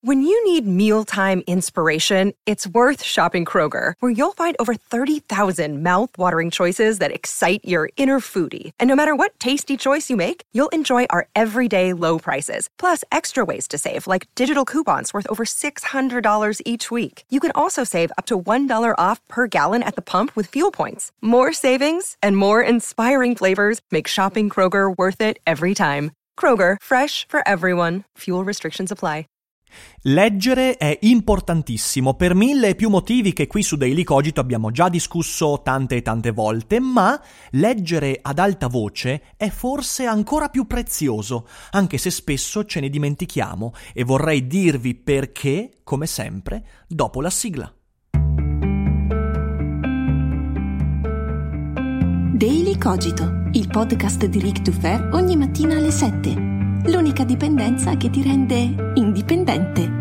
When you need mealtime inspiration, it's worth shopping Kroger, where you'll find over 30,000 mouth-watering choices that excite your inner foodie. And no matter what tasty choice you make, you'll enjoy our everyday low prices, plus extra ways to save, like digital coupons worth over $600 each week. You can also save up to $1 off per gallon at the pump with fuel points. More savings and more inspiring flavors make shopping Kroger worth it every time. Kroger, fresh for everyone. Fuel restrictions apply. Leggere è importantissimo per mille e più motivi che qui su Daily Cogito abbiamo già discusso tante e tante volte, ma leggere ad alta voce è forse ancora più prezioso, anche se spesso ce ne dimentichiamo, e vorrei dirvi perché, come sempre, dopo la sigla. Daily Cogito, il podcast di Rick Dufer ogni mattina alle 7. L'unica dipendenza che ti rende indipendente.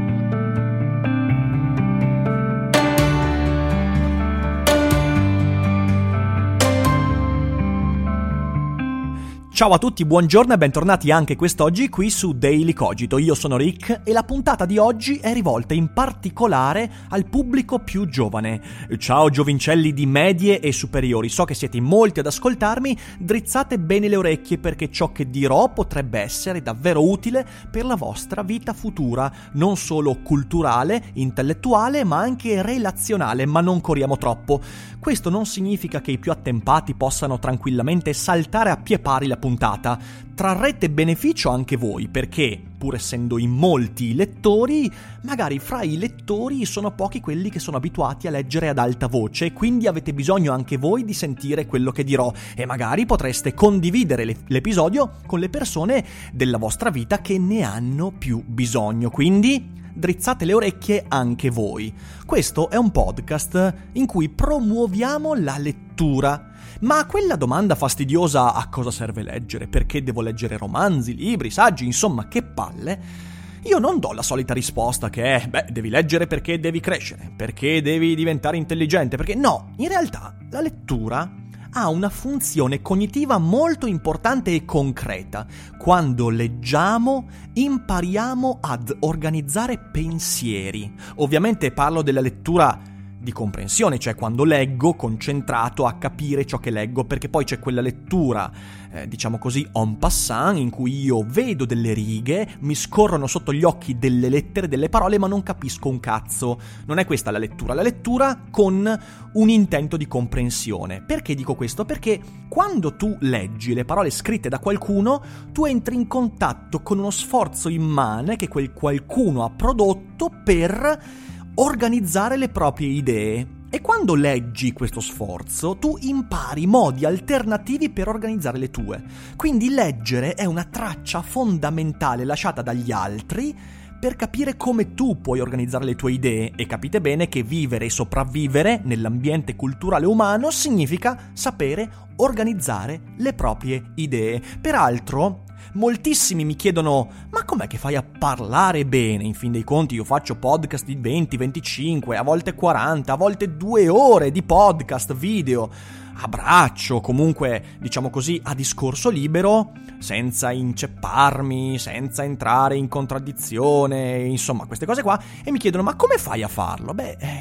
Ciao a tutti, buongiorno e bentornati anche quest'oggi qui su Daily Cogito. Io sono Rick e la puntata di oggi è rivolta in particolare al pubblico più giovane. Ciao giovincelli di medie e superiori, so che siete in molti ad ascoltarmi, drizzate bene le orecchie perché ciò che dirò potrebbe essere davvero utile per la vostra vita futura, non solo culturale, intellettuale, ma anche relazionale, ma non corriamo troppo. Questo non significa che i più attempati possano tranquillamente saltare a pie pari la puntata. Trarrete beneficio anche voi perché, pur essendo in molti i lettori, magari fra i lettori sono pochi quelli che sono abituati a leggere ad alta voce e quindi avete bisogno anche voi di sentire quello che dirò e magari potreste condividere l'episodio con le persone della vostra vita che ne hanno più bisogno. Quindi drizzate le orecchie anche voi. Questo è un podcast in cui promuoviamo la lettura. Ma a quella domanda fastidiosa a cosa serve leggere? Perché devo leggere romanzi, libri, saggi, insomma, che palle? Io non do la solita risposta che è, devi leggere perché devi crescere, perché devi diventare intelligente, perché no, in realtà la lettura ha una funzione cognitiva molto importante e concreta. Quando leggiamo, impariamo ad organizzare pensieri. Ovviamente parlo della lettura di comprensione, cioè quando leggo concentrato a capire ciò che leggo, perché poi c'è quella lettura, diciamo così, en passant, in cui io vedo delle righe, mi scorrono sotto gli occhi delle lettere, delle parole, ma non capisco un cazzo. Non è questa la lettura con un intento di comprensione. Perché dico questo? Perché quando tu leggi le parole scritte da qualcuno, tu entri in contatto con uno sforzo immane che quel qualcuno ha prodotto per organizzare le proprie idee. E quando leggi questo sforzo, tu impari modi alternativi per organizzare le tue. Quindi leggere è una traccia fondamentale lasciata dagli altri per capire come tu puoi organizzare le tue idee. E capite bene che vivere e sopravvivere nell'ambiente culturale umano significa sapere organizzare le proprie idee. Peraltro, moltissimi mi chiedono: ma com'è che fai a parlare bene? In fin dei conti io faccio podcast di 20, 25, a volte 40, a volte 2 ore di podcast, video, a braccio, comunque diciamo così a discorso libero, senza incepparmi, senza entrare in contraddizione, insomma queste cose qua, e mi chiedono: ma come fai a farlo?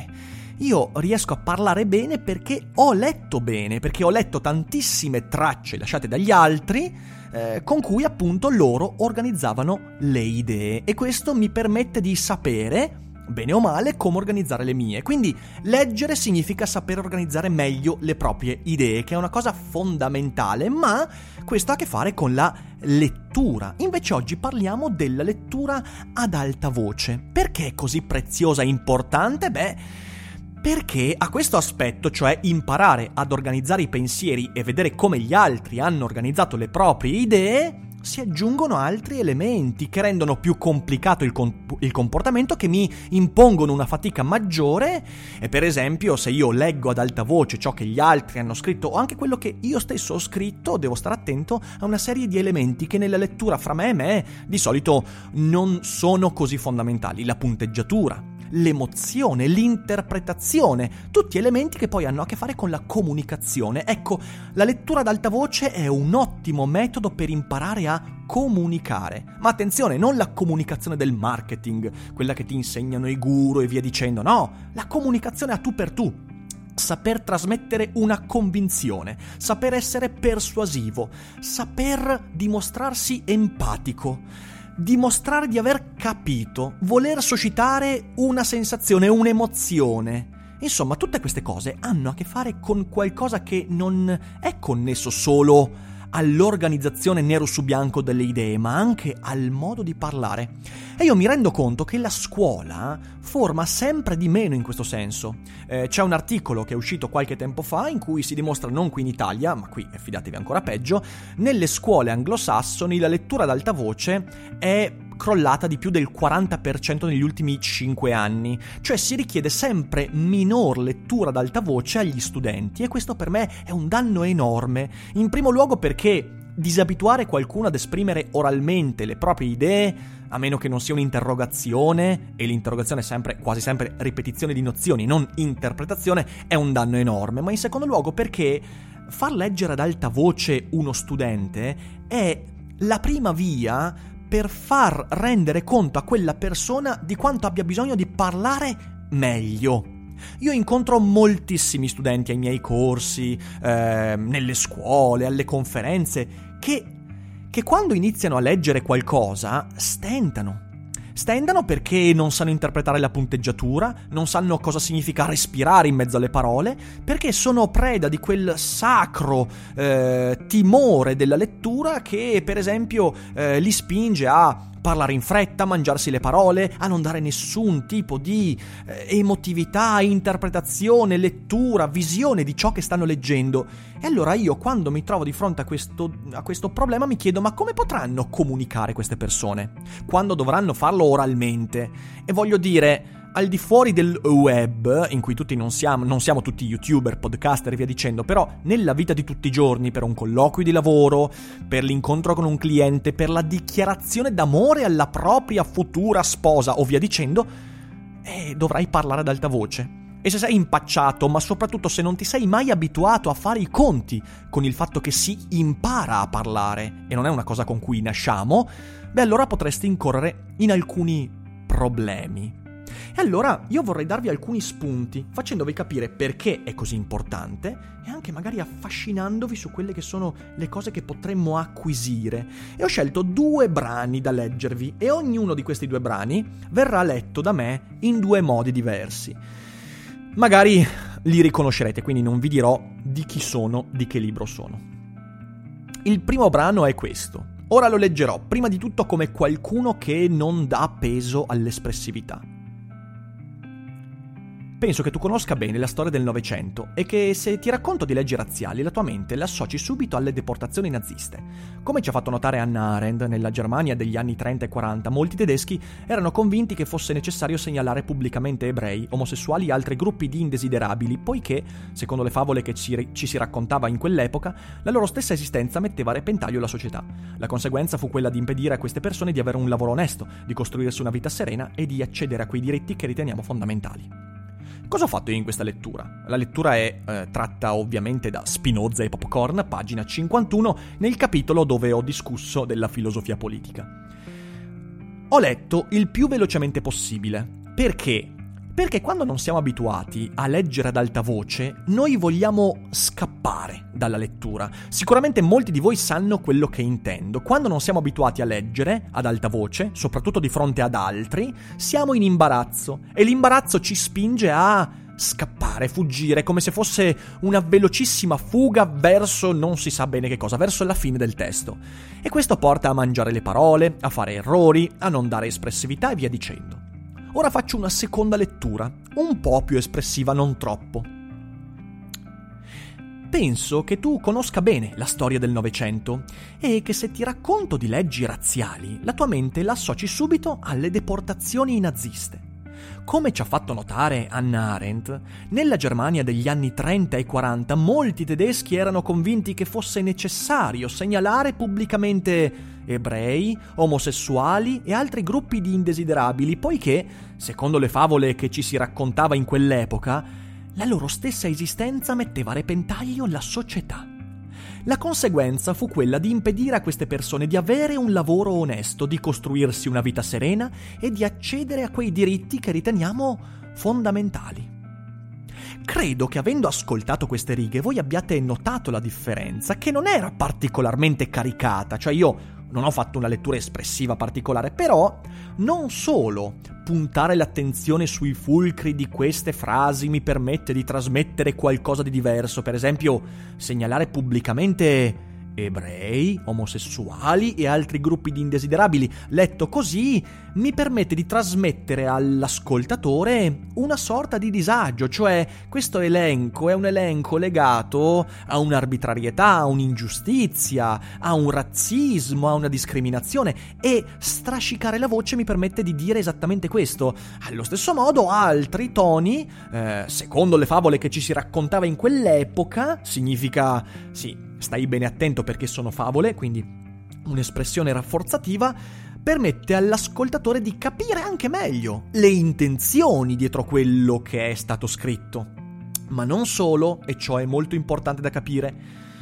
Io riesco a parlare bene perché ho letto bene, perché ho letto tantissime tracce lasciate dagli altri con cui appunto loro organizzavano le idee, e questo mi permette di sapere, bene o male, come organizzare le mie. Quindi leggere significa sapere organizzare meglio le proprie idee, che è una cosa fondamentale, ma questo ha a che fare con la lettura. Invece oggi parliamo della lettura ad alta voce. Perché è così preziosa e importante? Perché a questo aspetto, cioè imparare ad organizzare i pensieri e vedere come gli altri hanno organizzato le proprie idee, si aggiungono altri elementi che rendono più complicato il comportamento, che mi impongono una fatica maggiore. E per esempio, se io leggo ad alta voce ciò che gli altri hanno scritto o anche quello che io stesso ho scritto, devo stare attento a una serie di elementi che nella lettura fra me e me di solito non sono così fondamentali. La punteggiatura, l'emozione, l'interpretazione, tutti elementi che poi hanno a che fare con la comunicazione. Ecco, la lettura ad alta voce è un ottimo metodo per imparare a comunicare. Ma attenzione, non la comunicazione del marketing, quella che ti insegnano i guru e via dicendo, no, la comunicazione a tu per tu. Saper trasmettere una convinzione, saper essere persuasivo, saper dimostrarsi empatico, dimostrare di aver capito, voler suscitare una sensazione, un'emozione. Insomma, tutte queste cose hanno a che fare con qualcosa che non è connesso solo all'organizzazione nero su bianco delle idee, ma anche al modo di parlare. E io mi rendo conto che la scuola forma sempre di meno in questo senso. C'è un articolo che è uscito qualche tempo fa in cui si dimostra, non qui in Italia, ma qui, fidatevi, ancora peggio, nelle scuole anglosassoni la lettura ad alta voce è crollata di più del 40% negli ultimi 5 anni, cioè si richiede sempre minor lettura ad alta voce agli studenti, e questo per me è un danno enorme, in primo luogo perché disabituare qualcuno ad esprimere oralmente le proprie idee, a meno che non sia un'interrogazione, e l'interrogazione è sempre, quasi sempre, ripetizione di nozioni, non interpretazione, è un danno enorme, ma in secondo luogo perché far leggere ad alta voce uno studente è la prima via per far rendere conto a quella persona di quanto abbia bisogno di parlare meglio. Io incontro moltissimi studenti ai miei corsi, nelle scuole, alle conferenze, che quando iniziano a leggere qualcosa stentano. Stendano perché non sanno interpretare la punteggiatura, non sanno cosa significa respirare in mezzo alle parole, perché sono preda di quel sacro timore della lettura che, per esempio, li spinge a parlare in fretta, a mangiarsi le parole, a non dare nessun tipo di emotività, interpretazione, lettura, visione di ciò che stanno leggendo. E allora io, quando mi trovo di fronte a questo problema, mi chiedo: ma come potranno comunicare queste persone quando dovranno farlo oralmente? E voglio dire, al di fuori del web, in cui tutti non siamo tutti youtuber, podcaster e via dicendo, però nella vita di tutti i giorni, per un colloquio di lavoro, per l'incontro con un cliente, per la dichiarazione d'amore alla propria futura sposa o via dicendo, dovrai parlare ad alta voce. E se sei impacciato, ma soprattutto se non ti sei mai abituato a fare i conti con il fatto che si impara a parlare e non è una cosa con cui nasciamo, beh, allora potresti incorrere in alcuni problemi. E allora io vorrei darvi alcuni spunti, facendovi capire perché è così importante e anche magari affascinandovi su quelle che sono le cose che potremmo acquisire. E ho scelto 2 brani da leggervi e ognuno di questi 2 brani verrà letto da me in 2 modi diversi. Magari li riconoscerete, quindi non vi dirò di chi sono, di che libro sono. Il primo brano è questo. Ora lo leggerò, prima di tutto, come qualcuno che non dà peso all'espressività. Penso che tu conosca bene la storia del Novecento e che se ti racconto di leggi razziali la tua mente l'associ subito alle deportazioni naziste. Come ci ha fatto notare Hannah Arendt, nella Germania degli anni 30 e 40, molti tedeschi erano convinti che fosse necessario segnalare pubblicamente ebrei, omosessuali e altri gruppi di indesiderabili, poiché, secondo le favole che ci si raccontava in quell'epoca, la loro stessa esistenza metteva a repentaglio la società. La conseguenza fu quella di impedire a queste persone di avere un lavoro onesto, di costruirsi una vita serena e di accedere a quei diritti che riteniamo fondamentali. Cosa ho fatto io in questa lettura? La lettura è tratta ovviamente da Spinoza e Popcorn, pagina 51, nel capitolo dove ho discusso della filosofia politica. Ho letto il più velocemente possibile. Perché? Perché quando non siamo abituati a leggere ad alta voce, noi vogliamo scappare dalla lettura. Sicuramente molti di voi sanno quello che intendo. Quando non siamo abituati a leggere ad alta voce, soprattutto di fronte ad altri, siamo in imbarazzo. E l'imbarazzo ci spinge a scappare, fuggire, come se fosse una velocissima fuga verso non si sa bene che cosa, verso la fine del testo. E questo porta a mangiare le parole, a fare errori, a non dare espressività e via dicendo. Ora faccio una seconda lettura, un po' più espressiva, non troppo. Penso che tu conosca bene la storia del Novecento e che se ti racconto di leggi razziali, la tua mente la associ subito alle deportazioni naziste. Come ci ha fatto notare Hannah Arendt, nella Germania degli anni 30 e 40 molti tedeschi erano convinti che fosse necessario segnalare pubblicamente ebrei, omosessuali e altri gruppi di indesiderabili, poiché, secondo le favole che ci si raccontava in quell'epoca, la loro stessa esistenza metteva a repentaglio la società. La conseguenza fu quella di impedire a queste persone di avere un lavoro onesto, di costruirsi una vita serena e di accedere a quei diritti che riteniamo fondamentali. Credo che avendo ascoltato queste righe voi abbiate notato la differenza, che non era particolarmente caricata, cioè io non ho fatto una lettura espressiva particolare, però non solo puntare l'attenzione sui fulcri di queste frasi mi permette di trasmettere qualcosa di diverso, per esempio segnalare pubblicamente ebrei, omosessuali e altri gruppi di indesiderabili. Letto così mi permette di trasmettere all'ascoltatore una sorta di disagio, cioè questo elenco è un elenco legato a un'arbitrarietà, a un'ingiustizia, a un razzismo, a una discriminazione, e strascicare la voce mi permette di dire esattamente questo. Allo stesso modo altri toni, secondo le favole che ci si raccontava in quell'epoca, significa, sì, stai bene attento perché sono favole, quindi un'espressione rafforzativa, permette all'ascoltatore di capire anche meglio le intenzioni dietro quello che è stato scritto. Ma non solo, e ciò è molto importante da capire,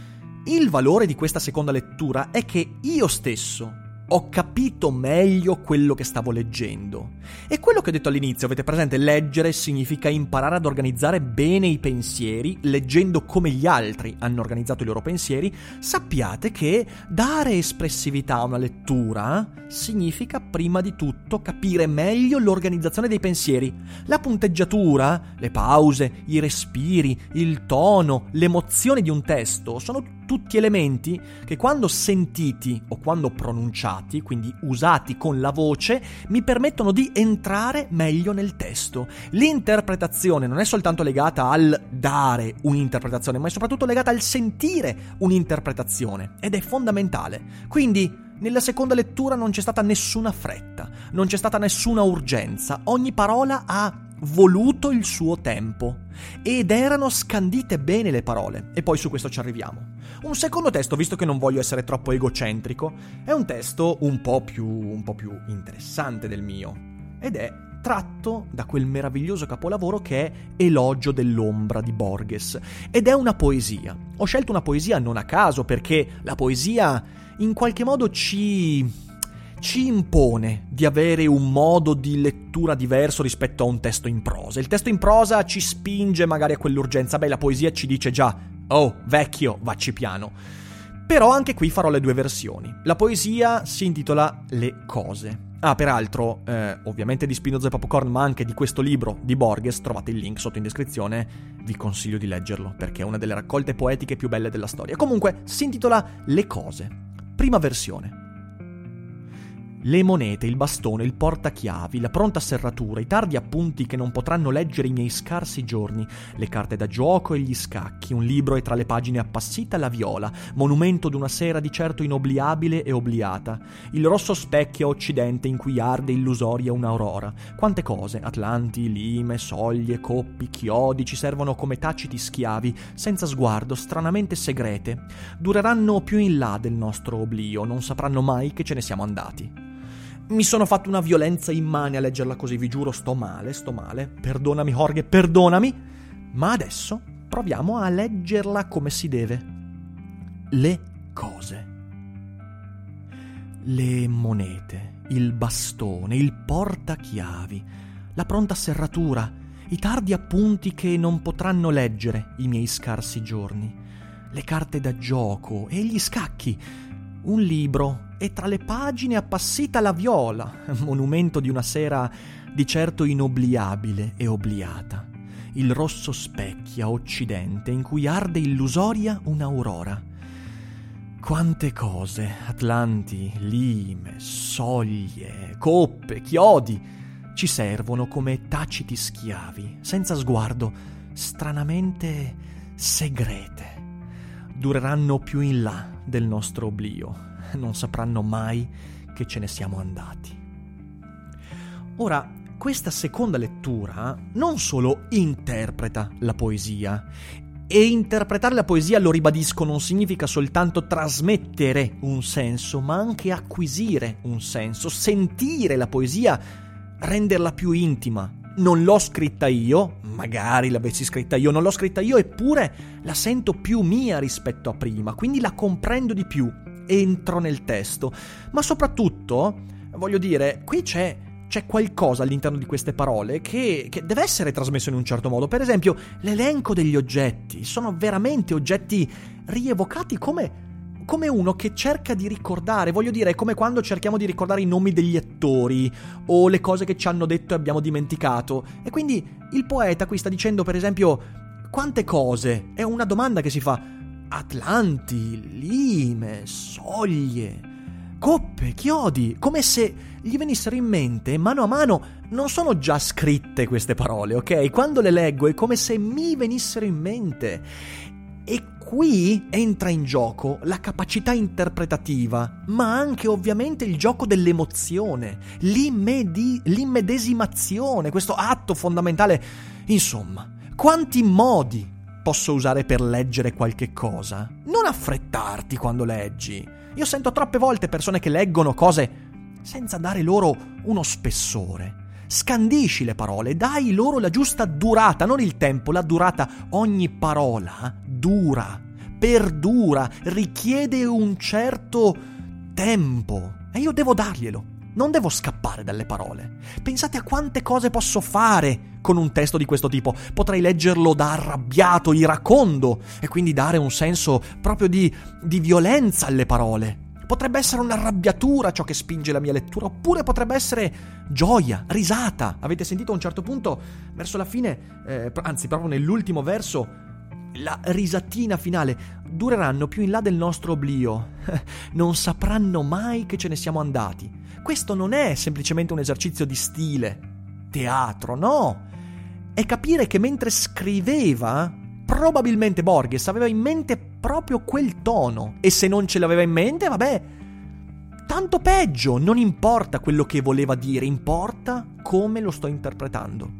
il valore di questa seconda lettura è che io stesso ho capito meglio quello che stavo leggendo. E quello che ho detto all'inizio, avete presente? Leggere significa imparare ad organizzare bene i pensieri, leggendo come gli altri hanno organizzato i loro pensieri. Sappiate che dare espressività a una lettura significa prima di tutto capire meglio l'organizzazione dei pensieri. La punteggiatura, le pause, i respiri, il tono, l'emozione di un testo sono tutti elementi che quando sentiti o quando pronunciati, quindi usati con la voce, mi permettono di entrare meglio nel testo. L'interpretazione non è soltanto legata al dare un'interpretazione, ma è soprattutto legata al sentire un'interpretazione, ed è fondamentale. Quindi nella seconda lettura non c'è stata nessuna fretta, non c'è stata nessuna urgenza, ogni parola ha voluto il suo tempo ed erano scandite bene le parole, e poi su questo ci arriviamo. Un secondo testo, visto che non voglio essere troppo egocentrico, è un testo un po' più interessante del mio, ed è tratto da quel meraviglioso capolavoro che è Elogio dell'ombra di Borges, ed è una poesia. Ho scelto una poesia non a caso, perché la poesia in qualche modo ci impone di avere un modo di lettura diverso rispetto a un testo in prosa. Il testo in prosa ci spinge magari a quell'urgenza, la poesia ci dice già: oh, vecchio, vacci piano. Però anche qui farò le due versioni. La poesia si intitola Le cose. Peraltro, ovviamente di Spinoza e Popcorn, ma anche di questo libro di Borges, trovate il link sotto in descrizione, vi consiglio di leggerlo, perché è una delle raccolte poetiche più belle della storia. Comunque, si intitola Le cose. Prima versione. Le monete, il bastone, il portachiavi, la pronta serratura, i tardi appunti che non potranno leggere i miei scarsi giorni, le carte da gioco e gli scacchi, un libro e tra le pagine appassita la viola, monumento d'una sera di certo inobliabile e obliata, il rosso specchio a occidente in cui arde illusoria un'aurora. Quante cose, atlanti, lime, soglie, coppi, chiodi ci servono come taciti schiavi, senza sguardo, stranamente segrete. Dureranno più in là del nostro oblio, non sapranno mai che ce ne siamo andati. Mi sono fatto una violenza immane a leggerla così, vi giuro, sto male. Perdonami, Jorge, perdonami. Ma adesso proviamo a leggerla come si deve. Le cose. Le monete, il bastone, il portachiavi, la pronta serratura, i tardi appunti che non potranno leggere i miei scarsi giorni, le carte da gioco e gli scacchi, un libro e tra le pagine appassita la viola, monumento di una sera di certo inobliabile e obliata, il rosso specchio a occidente in cui arde illusoria un'aurora. Quante cose, atlanti, lime, soglie, coppe, chiodi, ci servono come taciti schiavi, senza sguardo, stranamente segrete. Dureranno più in là del nostro oblio, non sapranno mai che ce ne siamo andati. Ora, questa seconda lettura non solo interpreta la poesia, e interpretare la poesia, lo ribadisco, non significa soltanto trasmettere un senso, ma anche acquisire un senso, sentire la poesia, renderla più intima. Non l'ho scritta io, magari l'avessi scritta io, non l'ho scritta io, eppure la sento più mia rispetto a prima, quindi la comprendo di più, entro nel testo. Ma soprattutto, voglio dire, qui c'è qualcosa all'interno di queste parole che deve essere trasmesso in un certo modo. Per esempio, l'elenco degli oggetti. Sono veramente oggetti rievocati come uno che cerca di ricordare. Voglio dire, è come quando cerchiamo di ricordare i nomi degli attori o le cose che ci hanno detto e abbiamo dimenticato. E quindi il poeta qui sta dicendo, per esempio, quante cose? È una domanda che si fa. Atlanti, lime, soglie, coppe, chiodi, come se gli venissero in mente mano a mano. Non sono già scritte queste parole, ok? Quando le leggo è come se mi venissero in mente. E qui entra in gioco la capacità interpretativa, ma anche ovviamente il gioco dell'emozione, l'immedesimazione, questo atto fondamentale. Insomma, quanti modi posso usare per leggere qualche cosa? Non affrettarti quando leggi. Io sento troppe volte persone che leggono cose senza dare loro uno spessore. Scandisci le parole, dai loro la giusta durata, non il tempo, la durata. Ogni parola dura, perdura, richiede un certo tempo e io devo darglielo. Non devo scappare dalle parole. Pensate a quante cose posso fare con un testo di questo tipo. Potrei leggerlo da arrabbiato, iracondo, e quindi dare un senso proprio di violenza alle parole. Potrebbe essere un'arrabbiatura ciò che spinge la mia lettura, oppure potrebbe essere gioia, risata. Avete sentito a un certo punto, verso la fine, anzi proprio nell'ultimo verso, la risatina finale. Dureranno più in là del nostro oblio. Non sapranno mai che ce ne siamo andati. Questo non è semplicemente un esercizio di stile, teatro, no. È capire che mentre scriveva, probabilmente Borges aveva in mente proprio quel tono, e se non ce l'aveva in mente, vabbè, tanto peggio, non importa quello che voleva dire, importa come lo sto interpretando.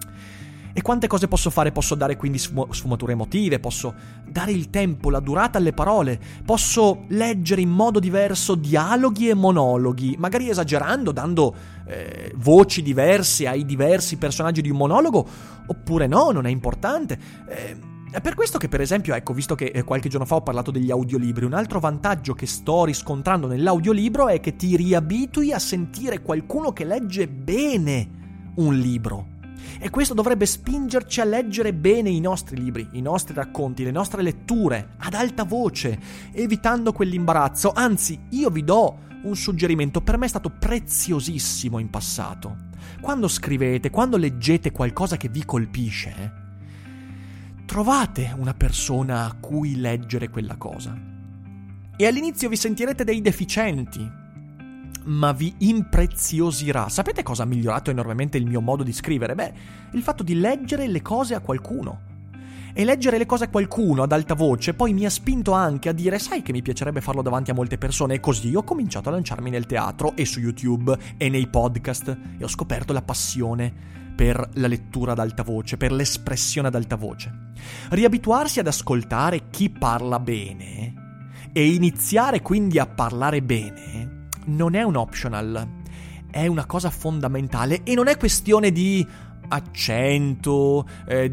E quante cose posso fare? Posso dare quindi sfumature emotive, posso dare il tempo, la durata alle parole, posso leggere in modo diverso dialoghi e monologhi, magari esagerando, dando voci diverse ai diversi personaggi di un monologo, oppure no, non è importante. È per questo che, per esempio, ecco, visto che qualche giorno fa ho parlato degli audiolibri, un altro vantaggio che sto riscontrando nell'audiolibro è che ti riabitui a sentire qualcuno che legge bene un libro. E questo dovrebbe spingerci a leggere bene i nostri libri, i nostri racconti, le nostre letture, ad alta voce, evitando quell'imbarazzo. Anzi, io vi do un suggerimento, per me è stato preziosissimo in passato. Quando scrivete, quando leggete qualcosa che vi colpisce, trovate una persona a cui leggere quella cosa. E all'inizio vi sentirete dei deficienti, ma vi impreziosirà. Sapete cosa ha migliorato enormemente il mio modo di scrivere? Beh, il fatto di leggere le cose a qualcuno. E leggere le cose a qualcuno ad alta voce poi mi ha spinto anche a dire: sai che mi piacerebbe farlo davanti a molte persone? E così ho cominciato a lanciarmi nel teatro e su YouTube e nei podcast, e ho scoperto la passione per la lettura ad alta voce, per l'espressione ad alta voce. Riabituarsi ad ascoltare chi parla bene e iniziare quindi a parlare bene non è un optional, è una cosa fondamentale, e non è questione di accento,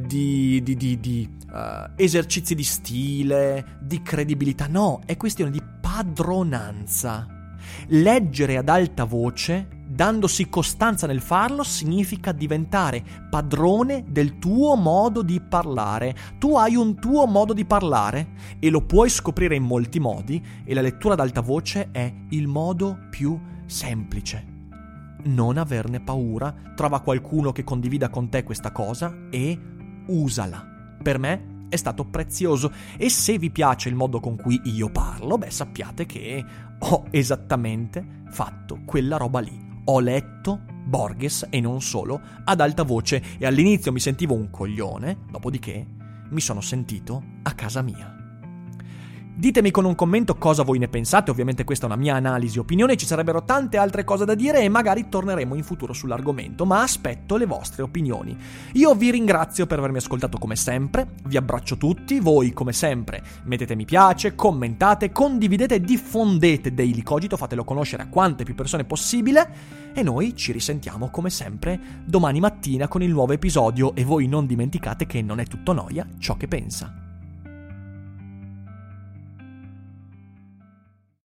di esercizi di stile, di credibilità, no, è questione di padronanza. Leggere ad alta voce, dandosi costanza nel farlo, significa diventare padrone del tuo modo di parlare. Tu hai un tuo modo di parlare e lo puoi scoprire in molti modi, e la lettura ad alta voce è il modo più semplice. Non averne paura, trova qualcuno che condivida con te questa cosa e usala. Per me è stato prezioso, e se vi piace il modo con cui io parlo, beh, sappiate che ho esattamente fatto quella roba lì. Ho letto Borges, e non solo, ad alta voce, e all'inizio mi sentivo un coglione, dopodiché mi sono sentito a casa mia. Ditemi con un commento cosa voi ne pensate, ovviamente questa è una mia analisi, opinione, ci sarebbero tante altre cose da dire e magari torneremo in futuro sull'argomento, ma aspetto le vostre opinioni. Io vi ringrazio per avermi ascoltato come sempre, vi abbraccio tutti, voi come sempre mettete mi piace, commentate, condividete e diffondete Daily Cogito, fatelo conoscere a quante più persone possibile e noi ci risentiamo come sempre domani mattina con il nuovo episodio e voi non dimenticate che non è tutto noia ciò che pensa.